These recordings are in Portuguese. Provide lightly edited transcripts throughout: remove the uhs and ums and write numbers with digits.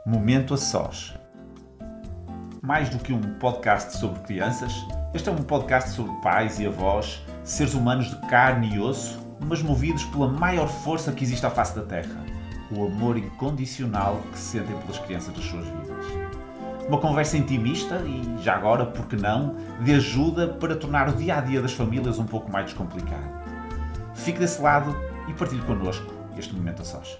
Momento a Sós. Mais do que um podcast sobre crianças, este é um podcast sobre pais e avós, seres humanos de carne e osso, mas movidos pela maior força que existe à face da Terra, o amor incondicional que sentem pelas crianças das suas vidas. Uma conversa intimista e, já agora, por que não, de ajuda para tornar o dia-a-dia das famílias um pouco mais descomplicado. Fique desse lado e partilhe connosco este Momento a Sós.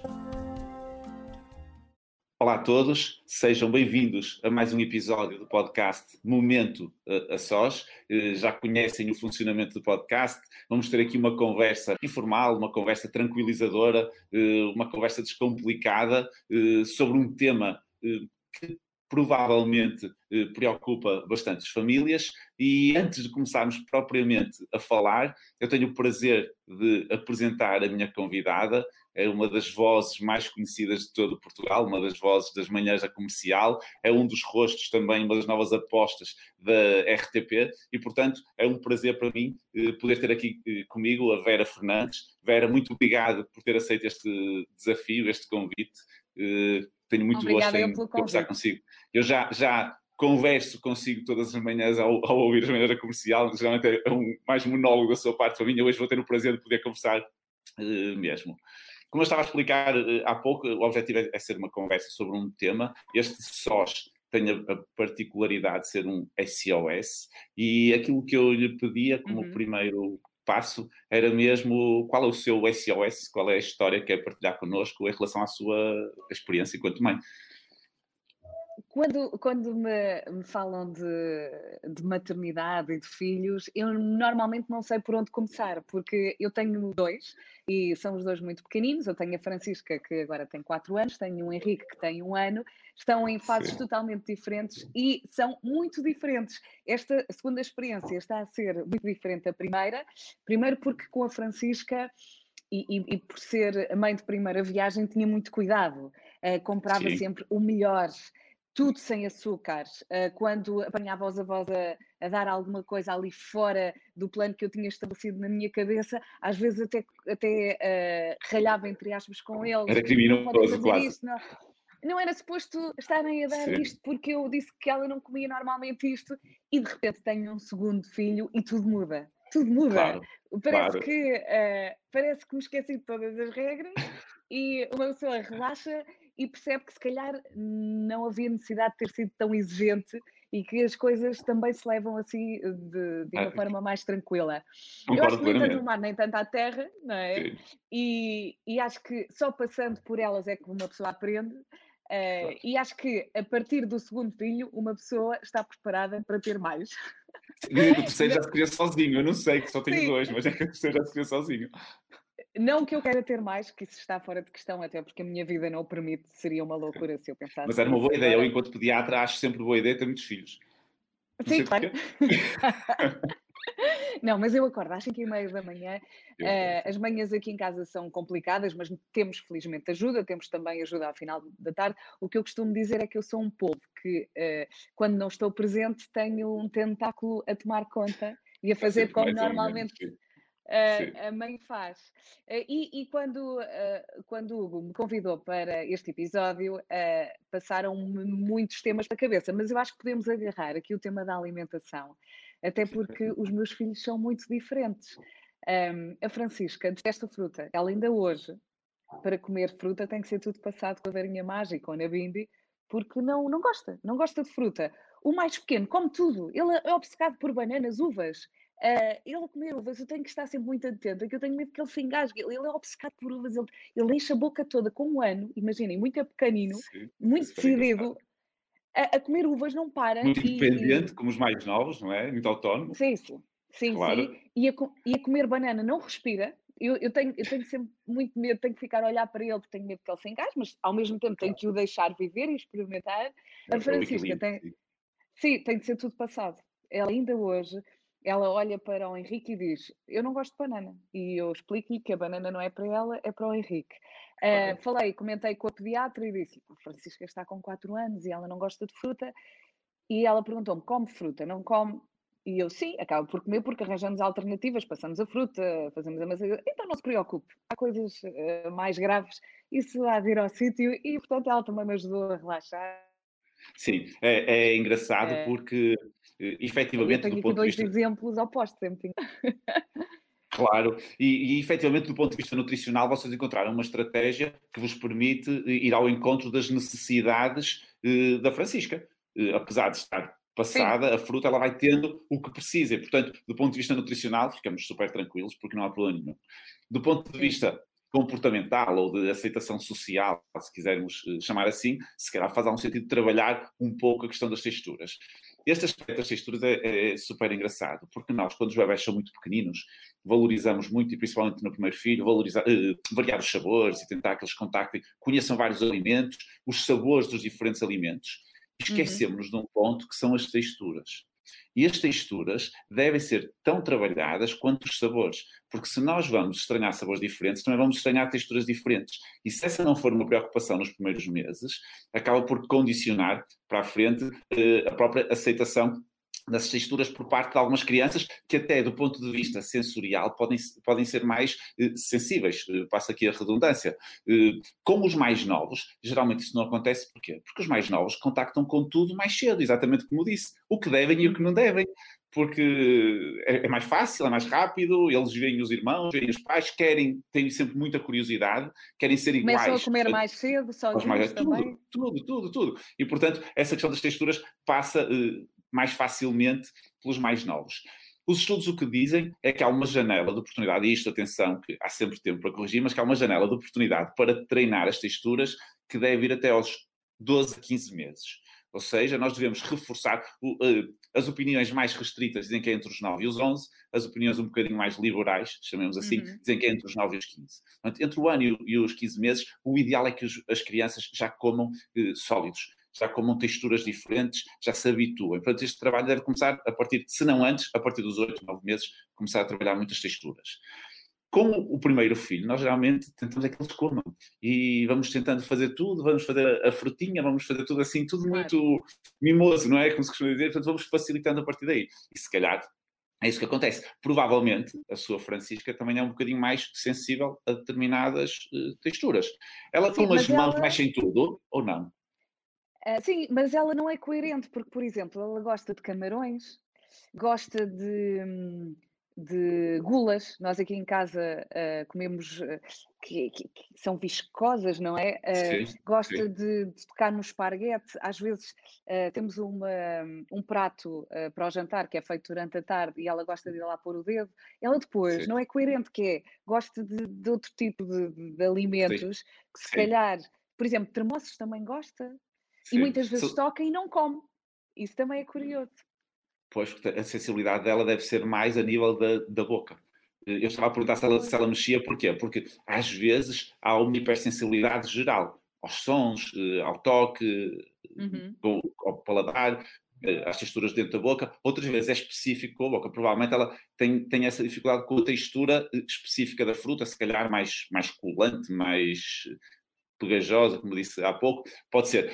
Olá a todos, sejam bem-vindos a mais um episódio do podcast Momento a Sós. Já conhecem o funcionamento do podcast. Vamos ter aqui uma conversa informal, uma conversa tranquilizadora, uma conversa descomplicada sobre um tema que provavelmente preocupa bastantes famílias. E antes de começarmos propriamente a falar, eu tenho o prazer de apresentar a minha convidada. É uma das vozes mais conhecidas de todo Portugal, uma das vozes das manhãs da comercial, é um dos rostos também, uma das novas apostas da RTP e, portanto, é um prazer para mim poder ter aqui comigo a Vera Fernandes. Vera, muito obrigado por ter aceito este desafio, este convite. Tenho muito gosto em conversar consigo. Eu já converso consigo todas as manhãs ao ouvir as manhãs da comercial, geralmente é mais monólogo da sua parte para mim. Eu hoje vou ter o prazer de poder conversar mesmo. Como eu estava a explicar há pouco, o objetivo é ser uma conversa sobre um tema. Este SOS tem a particularidade de ser um SOS e aquilo que eu lhe pedia como primeiro passo era mesmo qual é o seu SOS, qual é a história que quer partilhar connosco em relação à sua experiência enquanto mãe. Quando me falam de maternidade e de filhos, eu normalmente não sei por onde começar, porque eu tenho dois, e são os dois muito pequeninos. Eu tenho a Francisca, que agora tem 4 anos, tenho o Henrique, que tem 1 ano, estão em fases totalmente diferentes e são muito diferentes. Esta segunda experiência está a ser muito diferente da primeira, primeiro porque com a Francisca... E por ser a mãe de primeira viagem, tinha muito cuidado, comprava sempre o melhor, tudo sem açúcares. Quando apanhava os avós a dar alguma coisa ali fora do plano que eu tinha estabelecido na minha cabeça, às vezes até ralhava, entre aspas, com eles. Era criminoso, não podem fazer quase. isto, não era suposto estarem a dar isto porque eu disse que ela não comia normalmente isto, e de repente tenho um segundo filho e tudo muda. Tudo muda. Claro, Parece que me esqueci de todas as regras e uma pessoa relaxa e percebe que se calhar não havia necessidade de ter sido tão exigente e que as coisas também se levam assim de uma forma mais tranquila. Eu acho que nem tanto no mar, nem tanto à terra, não é? E acho que só passando por elas é que uma pessoa aprende. E acho que a partir do segundo filho uma pessoa está preparada para ter mais. Dizem que o terceiro já se cria sozinho. Eu não sei, que só tenho 2, mas é que o terceiro já se cria sozinho. Não que eu queira ter mais, que isso está fora de questão, até porque a minha vida não o permite. Seria uma loucura se eu pensasse. Mas era uma boa ideia. Eu, enquanto pediatra, acho sempre boa ideia ter muitos filhos. Sim, claro. Não, mas eu acordo às 5h30 da manhã. As manhãs aqui em casa são complicadas, mas temos felizmente ajuda, temos também ajuda ao final da tarde. O que eu costumo dizer é que eu sou um polvo que, quando não estou presente, tenho um tentáculo a tomar conta e a fazer como normalmente a mãe faz. E quando o Hugo me convidou para este episódio, passaram-me muitos temas pela cabeça, mas eu acho que podemos agarrar aqui o tema da alimentação, até porque os meus filhos são muito diferentes. A Francisca detesta fruta. Ela ainda hoje, para comer fruta, tem que ser tudo passado com a varinha mágica ou na bimbi, porque não gosta de fruta. O mais pequeno come tudo. Ele é obcecado por bananas, uvas. Ele a comer uvas, eu tenho que estar sempre muito atenta, que eu tenho medo que ele se engasgue. Ele é obcecado por uvas, ele enche a boca toda com 1 ano, imaginem, muito pequenino, muito decidido, a comer uvas, não para. Muito independente, como os mais novos, não é? Muito autónomo. Sim, claro. Sim. E a comer banana não respira. Eu tenho sempre muito medo, tenho que ficar a olhar para ele, porque tenho medo que ele se engasgue, mas ao mesmo tempo tenho que o deixar viver e experimentar. A Francisca tem de ser tudo passado. Ela ainda hoje, ela olha para o Henrique e diz: eu não gosto de banana. E eu explico-lhe que a banana não é para ela, é para o Henrique. Comentei com a pediatra e disse: a Francisca está com 4 anos e ela não gosta de fruta. E ela perguntou-me: come fruta? Não come? E eu, sim, acabo por comer porque arranjamos alternativas, passamos a fruta, fazemos a massa. Então não se preocupe, há coisas mais graves, isso há de ir ao sítio e, portanto, ela também me ajudou a relaxar. Sim, é engraçado Eh, porque, eu efetivamente, do tenho aqui ponto de dois vista. exemplos opostos, sempre. Claro, e efetivamente, do ponto de vista nutricional, vocês encontraram uma estratégia que vos permite ir ao encontro das necessidades da Francisca. Apesar de estar Sim. passada, a fruta ela vai tendo o que precisa. E, portanto, do ponto de vista nutricional, ficamos super tranquilos, porque não há problema nenhum. Do ponto de Sim. vista comportamental ou de aceitação social, se quisermos chamar assim, se calhar faz algum sentido trabalhar um pouco a questão das texturas. Este aspecto das texturas é super engraçado, porque nós, quando os bebés são muito pequeninos, valorizamos muito, e principalmente no primeiro filho, variar os sabores e tentar que eles contactem, conheçam vários alimentos, os sabores dos diferentes alimentos. Uhum. Esquecemos de um ponto que são as texturas. E as texturas devem ser tão trabalhadas quanto os sabores, porque se nós vamos estranhar sabores diferentes, também vamos estranhar texturas diferentes. E se essa não for uma preocupação nos primeiros meses, acaba por condicionar para a frente a própria aceitação das texturas por parte de algumas crianças que até do ponto de vista sensorial podem ser mais sensíveis, passo aqui a redundância. Com os mais novos, geralmente isso não acontece, porquê? Porque os mais novos contactam com tudo mais cedo, exatamente como disse, o que devem e o que não devem, porque é mais fácil, é mais rápido, eles veem os irmãos, veem os pais, têm sempre muita curiosidade, querem ser Começam a iguais comer mais cedo, aos mais sozinhos também. tudo. E, portanto, essa questão das texturas passa mais facilmente pelos mais novos. Os estudos o que dizem é que há uma janela de oportunidade, e isto, atenção, que há sempre tempo para corrigir, mas que há uma janela de oportunidade para treinar as texturas que deve ir até aos 12 a 15 meses. Ou seja, nós devemos reforçar as opiniões mais restritas dizem que é entre os 9 e os 11, as opiniões um bocadinho mais liberais, chamemos assim, Uhum. dizem que é entre os 9 e os 15. Portanto, entre o ano e os 15 meses, o ideal é que as crianças já comam sólidos, já comam texturas diferentes, já se habituem. Portanto, este trabalho deve começar a partir, se não antes, a partir dos 8, 9 meses, começar a trabalhar muitas texturas. Com o primeiro filho, nós geralmente tentamos é que eles comam. E vamos tentando fazer tudo, vamos fazer a frutinha, vamos fazer tudo assim, tudo Claro. muito mimoso, não é? Como se costuma dizer. Portanto, vamos facilitando a partir daí. E se calhar é isso que acontece. Provavelmente a sua Francisca também é um bocadinho mais sensível a determinadas texturas. Ela Sim, com as mas mãos ela, mexe em tudo ou não? sim, mas ela não é coerente, porque, por exemplo, ela gosta de camarões, gosta de gulas. Nós aqui em casa comemos que são viscosas, não é? Sim, Gosta sim, de tocar no esparguete. Às vezes temos um prato para o jantar que é feito durante a tarde e ela gosta de ir lá pôr o dedo. Ela depois sim. não é coerente, que é, gosta de outro tipo de alimentos que se Sim, calhar, por exemplo, termossos também gosta. E sim. muitas vezes toca e não come. Isso também é curioso. Pois, porque a sensibilidade dela deve ser mais a nível da boca. Eu estava a perguntar Pois. se ela mexia, porquê? Porque às vezes há uma hipersensibilidade geral aos sons, ao toque, Uhum. ao paladar, às texturas dentro da boca. Outras vezes é específico com a boca. Provavelmente ela tem essa dificuldade com a textura específica da fruta, se calhar mais colante, mais pegajosa, como disse há pouco, pode ser.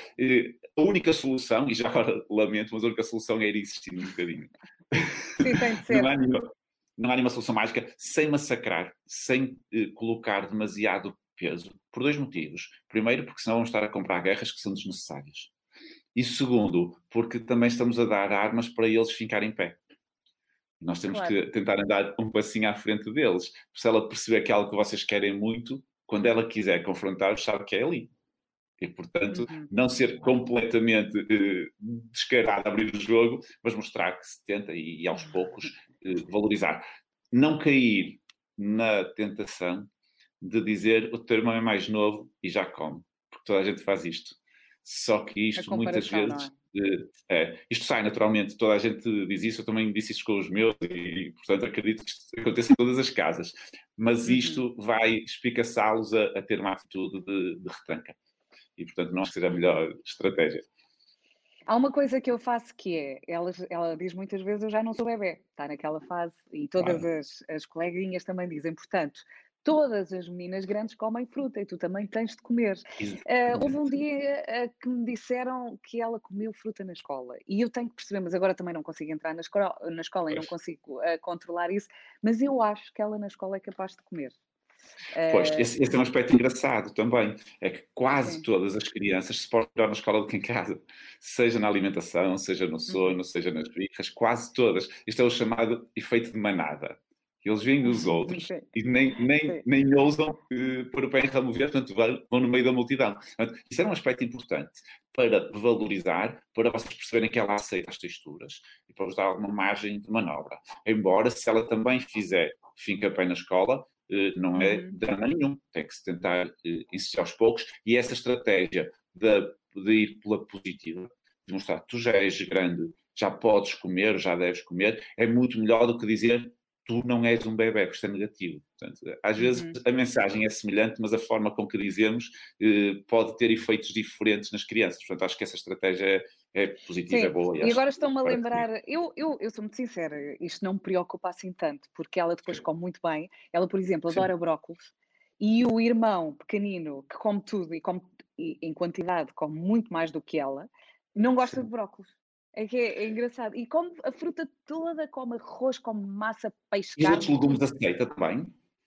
A única solução, e já agora lamento, mas a única solução é ir insistindo um bocadinho. Sim, tem de Não ser. há nenhuma solução mágica sem massacrar, sem colocar demasiado peso, por dois motivos. Primeiro, porque senão vamos estar a comprar guerras que são desnecessárias. E segundo, porque também estamos a dar armas para eles ficarem em pé. Nós temos Claro. que tentar andar um passinho à frente deles. Se ela perceber que é algo que vocês querem muito, quando ela quiser confrontar-vos, sabe que é ali. E, portanto, Uhum. não ser completamente descarado a abrir o jogo, mas mostrar que se tenta e aos poucos valorizar. Não cair na tentação de dizer o teu irmão é mais novo e já come, porque toda a gente faz isto. Só que A isto muitas comparação, não vezes é? isto sai naturalmente, toda a gente diz isso, eu também disse isso com os meus e portanto acredito que isto aconteça em todas as casas, mas Uhum. isto vai espicaçá-los a ter uma atitude de retranca e portanto não acho que seja a Uhum. melhor estratégia. Há uma coisa que eu faço que é, ela diz muitas vezes, eu já não sou bebé, está naquela fase, e todas Claro. as coleguinhas também dizem, portanto, todas as meninas grandes comem fruta e tu também tens de comer. Houve um dia que me disseram que ela comeu fruta na escola e eu tenho que perceber, mas agora também não consigo entrar na escola e não consigo controlar isso, mas eu acho que ela na escola é capaz de comer. Pois, esse é um aspecto engraçado também, é que quase Sim. todas as crianças se portam melhor na escola do que em casa, seja na alimentação, seja no sono, seja nas birras, quase todas. Isto é o chamado efeito de manada. Eles veem os outros Sim, e nem ousam pôr o pé em ramo verde, portanto vão no meio da multidão. Portanto, isso era um aspecto importante para valorizar, para vocês perceberem que ela aceita as texturas e para vos dar alguma margem de manobra. Embora, se ela também fizer fim-capé na escola, não é drama nenhum, tem que se tentar insistir aos poucos, e essa estratégia de ir pela positiva, de mostrar que tu já és grande, já podes comer, já deves comer, é muito melhor do que dizer tu não és um bebé, porque isto é negativo. Portanto, às vezes a mensagem é semelhante, mas a forma com que dizemos pode ter efeitos diferentes nas crianças. Portanto, acho que essa estratégia é positiva, Sim. é boa. E agora estou-me a lembrar, eu sou muito sincera, isto não me preocupa assim tanto, porque ela depois come muito bem. Ela, por exemplo, Sim. adora brócolos, e o irmão pequenino, que come tudo e em quantidade, come muito mais do que ela, não gosta de brócolos. É que é engraçado. E come a fruta toda, come arroz, come massa, peixe, E os outros carne, legumes tudo. aceita também?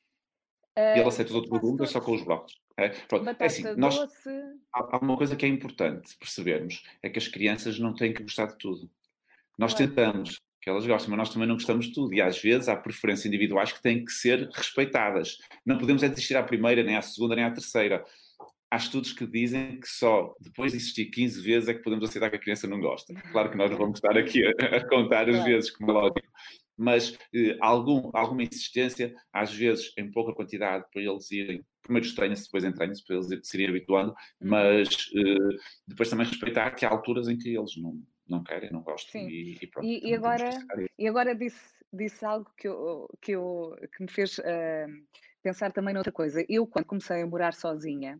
E ele aceita os outros Quase legumes, é só com todos. os brócolos. Pronto. É assim, Batata doce. há uma coisa que é importante percebermos, é que as crianças não têm que gostar de tudo. Nós Claro. tentamos que elas gostem, mas nós também não gostamos de tudo. E às vezes há preferências individuais que têm que ser respeitadas. Não podemos desistir à primeira, nem à segunda, nem à terceira. Há estudos que dizem que só depois de existir 15 vezes é que podemos aceitar que a criança não gosta. Claro que nós não vamos estar aqui a contar as vezes, como é lógico. Mas alguma insistência, às vezes em pouca quantidade, para eles irem, primeiro estranha-se, depois entranha-se, para eles se irem habituando, mas depois também respeitar que há alturas em que eles não querem, não gostam. Sim. E pronto. E agora disse algo que me fez pensar também noutra coisa. Eu, quando comecei a morar sozinha,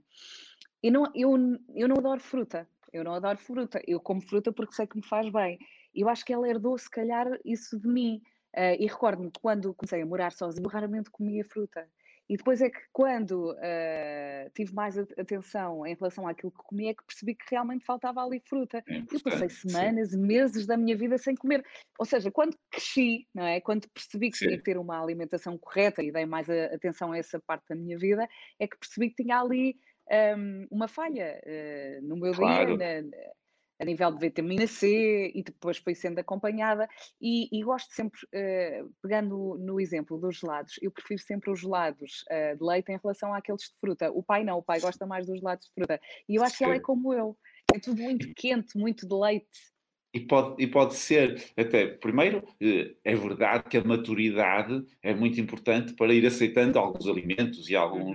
eu não adoro fruta. Eu não adoro fruta. Eu como fruta porque sei que me faz bem. Eu acho que ela herdou, se calhar, isso de mim. E recordo-me que quando comecei a morar sozinha, eu raramente comia fruta. E depois é que quando tive mais atenção em relação àquilo que comia, é que percebi que realmente faltava ali fruta. É Eu passei importante, semanas, meses da minha vida sem comer. Ou seja, quando cresci, não é? Quando percebi que tinha sim. que ter uma alimentação correta e dei mais atenção a essa parte da minha vida, é que percebi que tinha ali uma falha no meu dia, Claro. a nível de vitamina C, e depois foi sendo acompanhada. E gosto sempre, pegando no exemplo dos gelados, eu prefiro sempre os gelados de leite em relação àqueles de fruta. O pai não, o pai gosta mais dos gelados de fruta. E eu acho que ela é Sim. como eu. É tudo muito quente, muito de leite. E pode ser, até, primeiro, é verdade que a maturidade é muito importante para ir aceitando alguns alimentos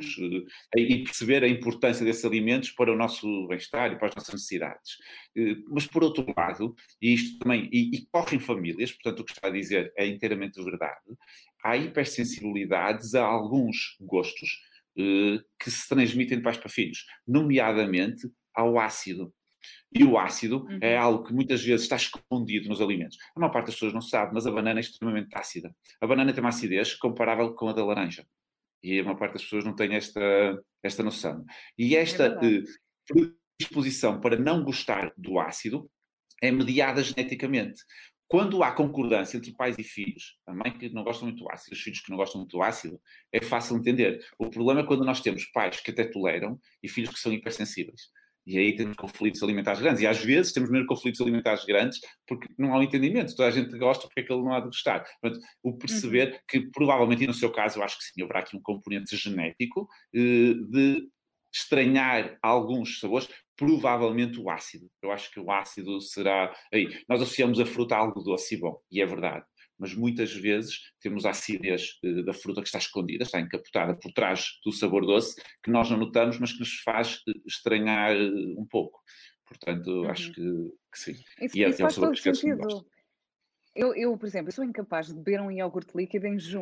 e perceber a importância desses alimentos para o nosso bem-estar e para as nossas necessidades. Mas, por outro lado, e isto também, e corre em famílias, portanto, o que está a dizer é inteiramente verdade, há hipersensibilidades a alguns gostos que se transmitem de pais para filhos, nomeadamente ao ácido. E o ácido é algo que muitas vezes está escondido nos alimentos. A maior parte das pessoas não sabe, mas a banana é extremamente ácida. A banana tem uma acidez comparável com a da laranja. E a maior parte das pessoas não tem esta noção. E esta predisposição para não gostar do ácido é mediada geneticamente. Quando há concordância entre pais e filhos, a mãe que não gosta muito do ácido, os filhos que não gostam muito do ácido, é fácil entender. O problema é quando nós temos pais que até toleram e filhos que são hipersensíveis. E aí temos conflitos alimentares grandes. E às vezes temos mesmo conflitos alimentares grandes porque não há um entendimento. Toda a gente gosta porque é que ele não há de gostar. Portanto, o perceber que provavelmente, e no seu caso, eu acho que sim, haverá aqui um componente genético de estranhar alguns sabores, provavelmente o ácido. Eu acho que o ácido será... Aí, nós associamos a fruta a algo doce e bom, e é verdade. Mas muitas vezes temos a acidez da fruta que está escondida, está encapotada por trás do sabor doce, que nós não notamos, mas que nos faz estranhar um pouco. Portanto, acho que sim. Isso É um faz sabor todo que esquece, não sentido. gosto. Eu, por exemplo, sou incapaz de beber um iogurte líquido em jejum.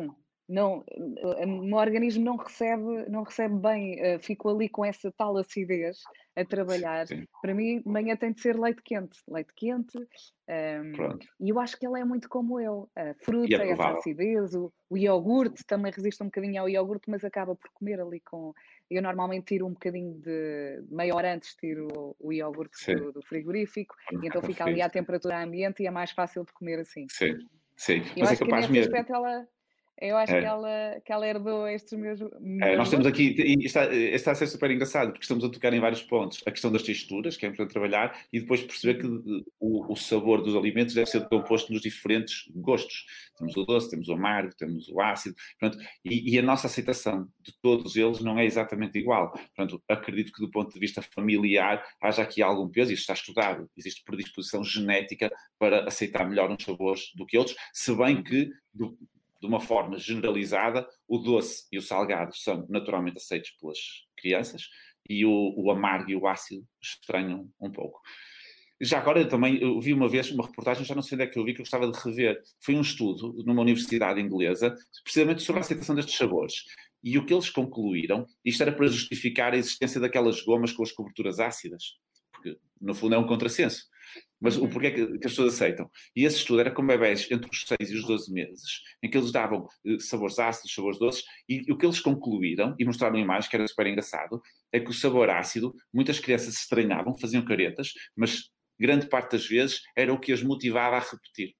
não, o meu organismo não recebe bem, fico ali com essa tal acidez a trabalhar. Sim, Para mim, de manhã tem de ser leite quente, pronto. e eu acho que ela é muito como eu, a E é fruta, essa provável. acidez, o iogurte, também resisto um bocadinho ao iogurte, mas acaba por comer ali com eu normalmente tiro um bocadinho de meia hora antes tiro o iogurte Sim, do frigorífico, para não e ficar então tão fica frio. ali à temperatura ambiente e é mais fácil de comer assim. Sim, sim. Eu Mas é acho que capaz nesse mesmo. aspecto eu acho que É. ela herdou estes meus Nós temos gostos. aqui, e está a ser super engraçado, porque estamos a tocar em vários pontos. A questão das texturas, que é importante trabalhar, e depois perceber que Uhum. o sabor dos alimentos deve ser composto nos diferentes gostos. Temos o doce, temos o amargo, temos o ácido, portanto, e a nossa aceitação de todos eles não é exatamente igual. Portanto, acredito que do ponto de vista familiar haja aqui algum peso, isto está estudado, existe predisposição genética para aceitar melhor uns sabores do que outros, se bem Uhum. que de uma forma generalizada, o doce e o salgado são naturalmente aceitos pelas crianças e o amargo e o ácido estranham um pouco. Já agora também eu vi uma vez uma reportagem, já não sei onde é que eu vi, que eu gostava de rever. Foi um estudo numa universidade inglesa, precisamente sobre a Uhum. aceitação destes sabores. E o que eles concluíram, isto era para justificar a existência daquelas gomas com as coberturas ácidas, porque no fundo é um contrassenso. Mas o Uhum. porquê que as pessoas aceitam? E esse estudo era com bebés entre os 6 e os 12 meses, em que eles davam sabores ácidos, sabores doces, e o que eles concluíram, e mostraram imagens, que era super engraçado, é que o sabor ácido, muitas crianças se treinavam, faziam caretas, mas grande parte das vezes era o que as motivava a repetir.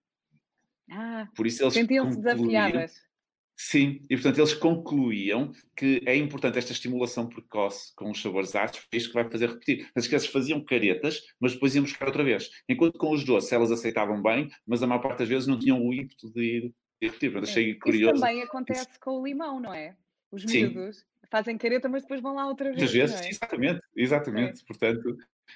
Ah, Por isso eles sentiam-se concluíam, desafiadas. sim, e portanto eles concluíam que é importante esta estimulação precoce com os sabores ácidos, porque é isto que vai fazer repetir. As crianças faziam caretas, mas depois iam buscar outra vez. Enquanto com os doces elas aceitavam bem, mas a maior parte das vezes não tinham o ímpeto de ir repetir. Portanto, Sim. achei Isso curioso. também acontece com o limão, não é? Os Sim, miúdos fazem careta, mas depois vão lá outra muitas vez, não vezes, é? exatamente, É. exatamente. Portanto,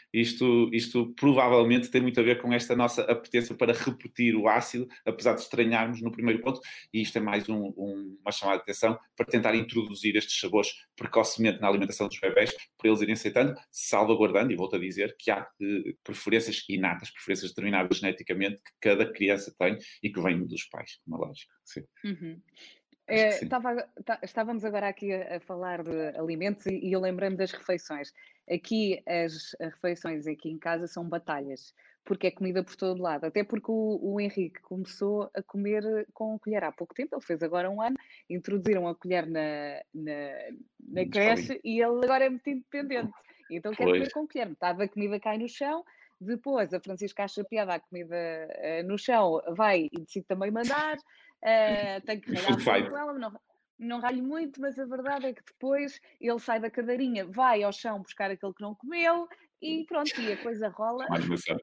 isto provavelmente tem muito a ver com esta nossa apetência para repetir o ácido, apesar de estranharmos no primeiro ponto, e isto é mais uma chamada de atenção para tentar introduzir estes sabores precocemente na alimentação dos bebés, para eles irem aceitando, salvaguardando, e volto a dizer, que há preferências inatas, preferências determinadas geneticamente, que cada criança tem e que vêm dos pais, como é lógico. Sim, Uhum. acho que sim. Estávamos agora aqui a falar de alimentos e eu lembrei-me das refeições. Aqui as refeições aqui em casa são batalhas, porque é comida por todo lado. Até porque o Henrique começou a comer com colher há pouco tempo, ele fez agora um ano, introduziram a colher na Escolinha. creche e ele agora é muito independente. Então quer Pois, comer com colher. Metade da comida cai no chão, depois a Francisca acha piada a comida no chão, vai e decide também mandar. Tenho que ralhar food um bocadinho fight. com ela, não ralho muito, mas a verdade é que depois ele sai da cadeirinha, vai ao chão buscar aquele que não comeu e pronto, e a coisa rola. Uma animação.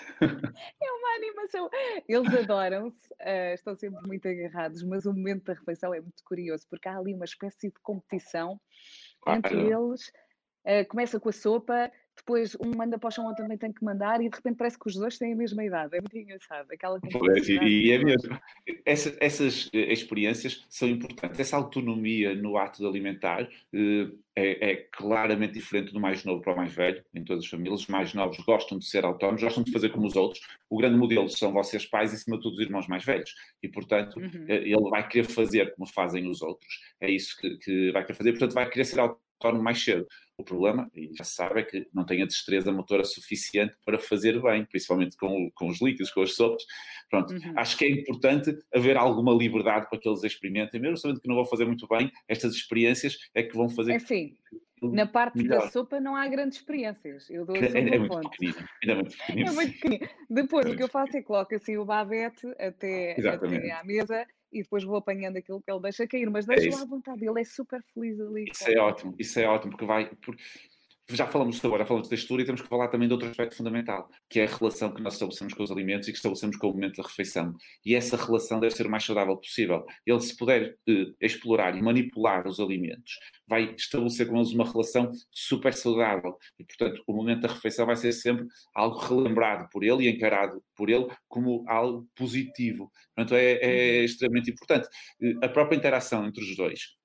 É uma animação. Eles adoram-se, estão sempre muito agarrados, mas o momento da refeição é muito curioso, porque há ali uma espécie de competição entre Claro. eles. Começa com a sopa, depois um manda para o chão, outro também tem que mandar, e de repente parece que os dois têm a mesma idade. É muito engraçado, aquela Pois, complicidade e dos é dois. mesmo. Essas experiências são importantes. Essa autonomia no ato de alimentar é claramente diferente do mais novo para o mais velho, em todas as famílias. Os mais novos gostam de ser autónomos, gostam de fazer como os outros. O grande modelo são vocês pais e, acima de tudo, os irmãos mais velhos. E, portanto, Uhum. ele vai querer fazer como fazem os outros. É isso que vai querer fazer. Portanto, vai querer ser autónomo mais cedo. O problema, e já se sabe, é que não tem a destreza motora suficiente para fazer bem, principalmente com os líquidos, com as sopas. Pronto, Uhum. acho que é importante haver alguma liberdade para que eles experimentem, mesmo sabendo que não vão fazer muito bem, estas experiências é que vão É fazer assim, na parte da melhor. sopa não há grandes experiências. Eu dou a É sopa, muito ponto. pequenino, ainda é muito pequenino, É sim. muito pequenino. Depois, É o que muito eu faço pequenino. é coloco assim o babete até Exatamente, à mesa e depois vou apanhando aquilo que ele deixa cair, mas é deixo-o à isso. vontade. Ele é super feliz ali com. Isso é ótimo, porque já falamos de sabor, já falamos de textura e temos que falar também de outro aspecto fundamental, que é a relação que nós estabelecemos com os alimentos e que estabelecemos com o momento da refeição. E essa relação deve ser o mais saudável possível. Ele, se puder explorar e manipular os alimentos, vai estabelecer com eles uma relação super saudável. E, portanto, o momento da refeição vai ser sempre algo relembrado por ele e encarado por ele como algo positivo. Portanto, é Uhum. extremamente importante. A própria interação entre os dois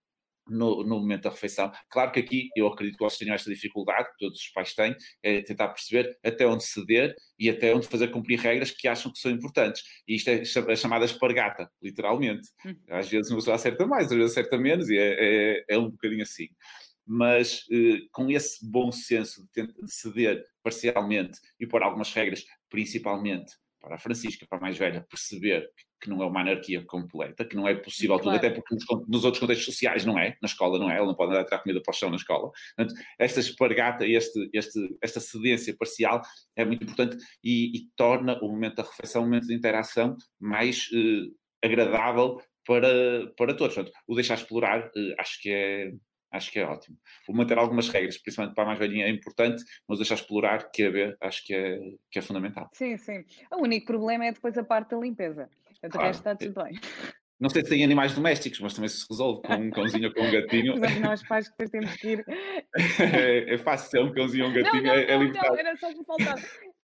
no momento da refeição. Claro que aqui eu acredito que vocês tenham esta dificuldade, que todos os pais têm, é tentar perceber até onde ceder e até onde fazer cumprir regras que acham que são importantes. E isto é a chamada espargata, literalmente. Às vezes uma pessoa acerta mais, às vezes acerta menos, e é um bocadinho assim. Mas com esse bom senso de ceder parcialmente e pôr algumas regras, principalmente para a Francisca, para a mais velha, perceber que não é uma anarquia completa, que não é possível tudo, até porque nos outros contextos sociais não é, na escola não é, ela não pode andar a tirar comida para o chão na escola. Portanto, esta espargata, esta cedência parcial é muito importante e torna o momento da refeição um momento de interação mais agradável para todos. Portanto, o deixar explorar, acho que é ótimo. Vou manter algumas regras, principalmente para a mais velhinha é importante, mas deixar explorar, acho que é fundamental. Sim. O único problema é depois a parte da limpeza. O resto está tudo bem. Não sei se tem animais domésticos, mas também se resolve com um cãozinho ou com um gatinho. Mas nós pais que depois temos que ir... É fácil ser um cãozinho ou um gatinho. Não, libertado. era só por faltar.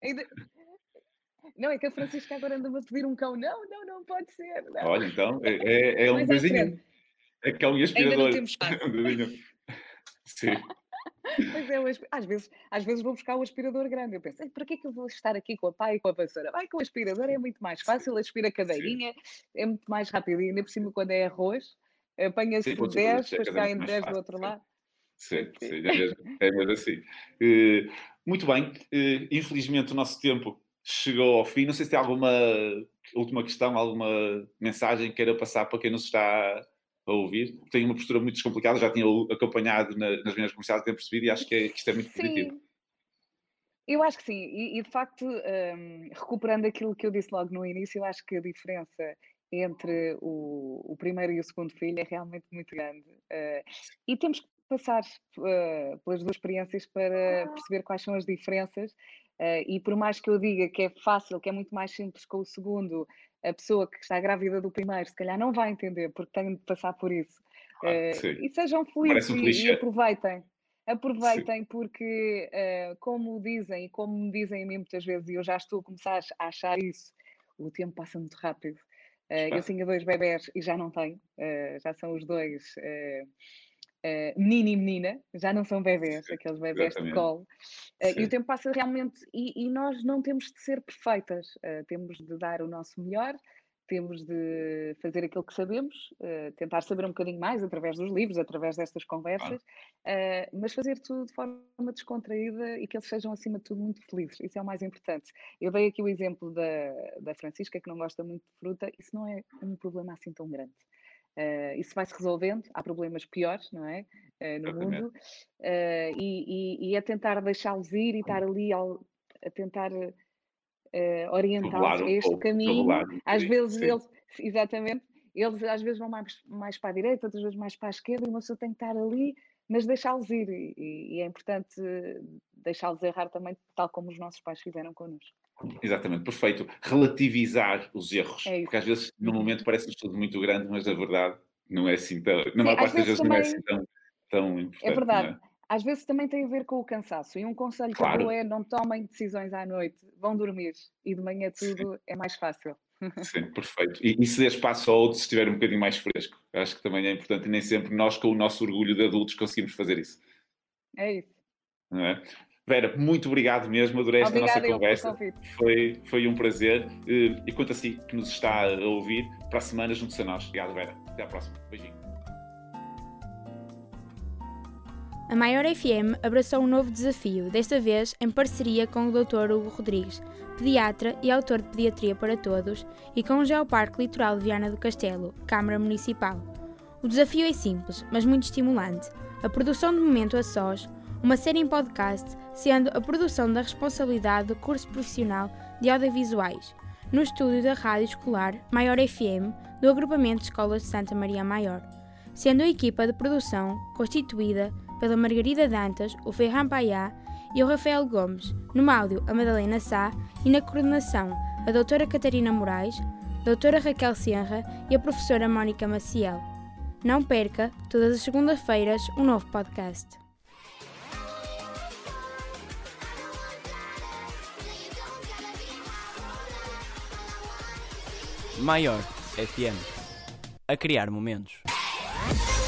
Não, é que a Francisca agora anda-me a pedir um cão. Não pode ser. Não. Olha, então, é um beijinho. É cão e aspirador. Ainda não temos espaço. Sim. Pois é, às vezes vou buscar o aspirador grande. Eu penso, para que é que eu vou estar aqui com a pá e com a vassoura? Vai com o aspirador, é muito mais fácil, aspira a cadeirinha, é muito mais rápido. E ainda por cima, quando é arroz, apanha-se 10, depois caem 10 do outro lado. Sim, é mesmo assim. Muito bem, infelizmente o nosso tempo chegou ao fim. Não sei se tem alguma última questão, alguma mensagem que queira passar para quem nos está a ouvir. Tenho uma postura muito descomplicada, já tinha acompanhado nas minhas comerciais, tenho percebido, e acho que isto é muito positivo. Eu acho que sim, e de facto, recuperando aquilo que eu disse logo no início, eu acho que a diferença entre o primeiro e o segundo filho é realmente muito grande. E temos que passar pelas duas experiências para perceber quais são as diferenças. E por mais que eu diga que é fácil, que é muito mais simples com o segundo, a pessoa que está grávida do primeiro se calhar não vai entender, porque tem de passar por isso. E sejam felizes e aproveitem. Aproveitem, porque como dizem e como me dizem a mim muitas vezes, e eu já estou a começar a achar isso, o tempo passa muito rápido. Eu tinha 2 bebés e já não tenho, já são os 2 menino e menina, já não são bebés, aqueles bebés de colo. E o tempo passa realmente, e nós não temos de ser perfeitas, temos de dar o nosso melhor, temos de fazer aquilo que sabemos, tentar saber um bocadinho mais através dos livros, através destas conversas, mas fazer tudo de forma descontraída e que eles sejam, acima de tudo, muito felizes. Isso é o mais importante. Eu dei aqui o exemplo da Francisca, que não gosta muito de fruta. Isso não é um problema assim tão grande. Isso vai-se resolvendo, há problemas piores, não é? No mundo, e é tentar deixá-los ir e estar ali a tentar orientá-los a este caminho. Às vezes eles às vezes vão mais para a direita, outras vezes mais para a esquerda, e uma pessoa tem que estar ali, mas deixá-los ir, e é importante deixá-los errar também, tal como os nossos pais fizeram connosco. Exatamente, perfeito. Relativizar os erros, porque às vezes no momento parece-nos tudo muito grande, mas na verdade não é assim tão, na maior parte das vezes não é assim tão importante. É verdade. Às vezes também tem a ver com o cansaço, e um conselho que eu dou é: não tomem decisões à noite, vão dormir, e de manhã tudo é mais fácil. Sim, perfeito. E ceder espaço ao outro se estiver um bocadinho mais fresco. Acho que também é importante, e nem sempre nós, com o nosso orgulho de adultos, conseguimos fazer isso. É isso. Não é? Vera, muito obrigado mesmo, adorei esta nossa conversa. Foi um prazer. E quanto a si que nos está a ouvir, para a semana junto-se a nós. Obrigado, Vera. Até à próxima. Beijinho. A Maior FM abraçou um novo desafio, desta vez em parceria com o Dr. Hugo Rodrigues, pediatra e autor de Pediatria para Todos, e com o Geoparque Litoral de Viana do Castelo, Câmara Municipal. O desafio é simples, mas muito estimulante. A produção de Momento a Sós, uma série em podcast, sendo a produção da responsabilidade do curso profissional de audiovisuais, no estúdio da Rádio Escolar Maior FM, do agrupamento de escolas de Santa Maria Maior, sendo a equipa de produção constituída pela Margarida Dantas, o Ferran Paiá e o Rafael Gomes, no áudio a Madalena Sá e na coordenação a doutora Catarina Moraes, doutora Raquel Senra e a professora Mónica Maciel. Não perca, todas as segundas-feiras, um novo podcast. Maior FM. A criar momentos.